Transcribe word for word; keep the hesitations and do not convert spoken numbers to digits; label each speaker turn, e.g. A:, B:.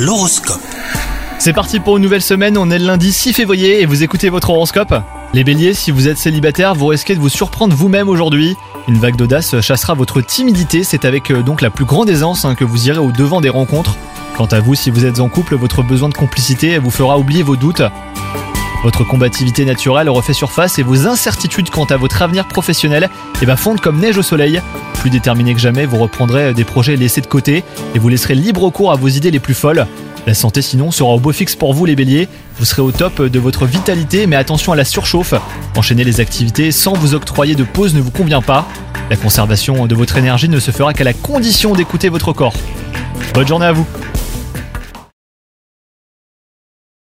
A: L'horoscope.
B: C'est parti pour une nouvelle semaine, on est le lundi six février et vous écoutez votre horoscope. Les béliers, si vous êtes célibataire, vous risquez de vous surprendre vous-même aujourd'hui. Une vague d'audace chassera votre timidité, c'est avec euh, donc la plus grande aisance hein, que vous irez au devant des rencontres. Quant à vous, si vous êtes en couple, votre besoin de complicité vous fera oublier vos doutes. Votre combativité naturelle refait surface et vos incertitudes quant à votre avenir professionnel eh ben, fondent comme neige au soleil. Plus déterminé que jamais, vous reprendrez des projets laissés de côté et vous laisserez libre cours à vos idées les plus folles. La santé sinon sera au beau fixe pour vous les béliers. Vous serez au top de votre vitalité, mais attention à la surchauffe. Enchaîner les activités sans vous octroyer de pause ne vous convient pas. La conservation de votre énergie ne se fera qu'à la condition d'écouter votre corps. Bonne journée à vous.